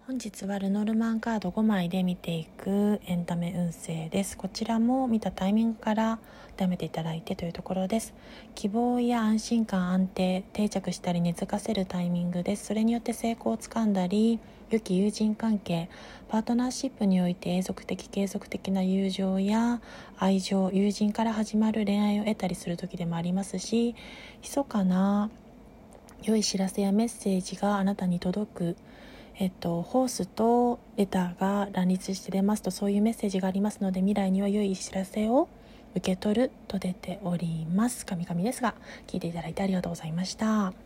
本日はルノルマンカード5枚で見ていくエンタメ運勢です。こちらも見たタイミングから温めていただいてというところです。希望や安心感、安定、定着したり根付かせるタイミングです。それによって成功をつかんだり、良き友人関係、パートナーシップにおいて永続的継続的な友情や愛情、友人から始まる恋愛を得たりする時でもありますし、密かな良い知らせやメッセージがあなたに届く、ホースとレターが乱立して出ますと、そういうメッセージがありますので、未来には良い知らせを受け取ると出ております。神々ですが、聞いていただいてありがとうございました。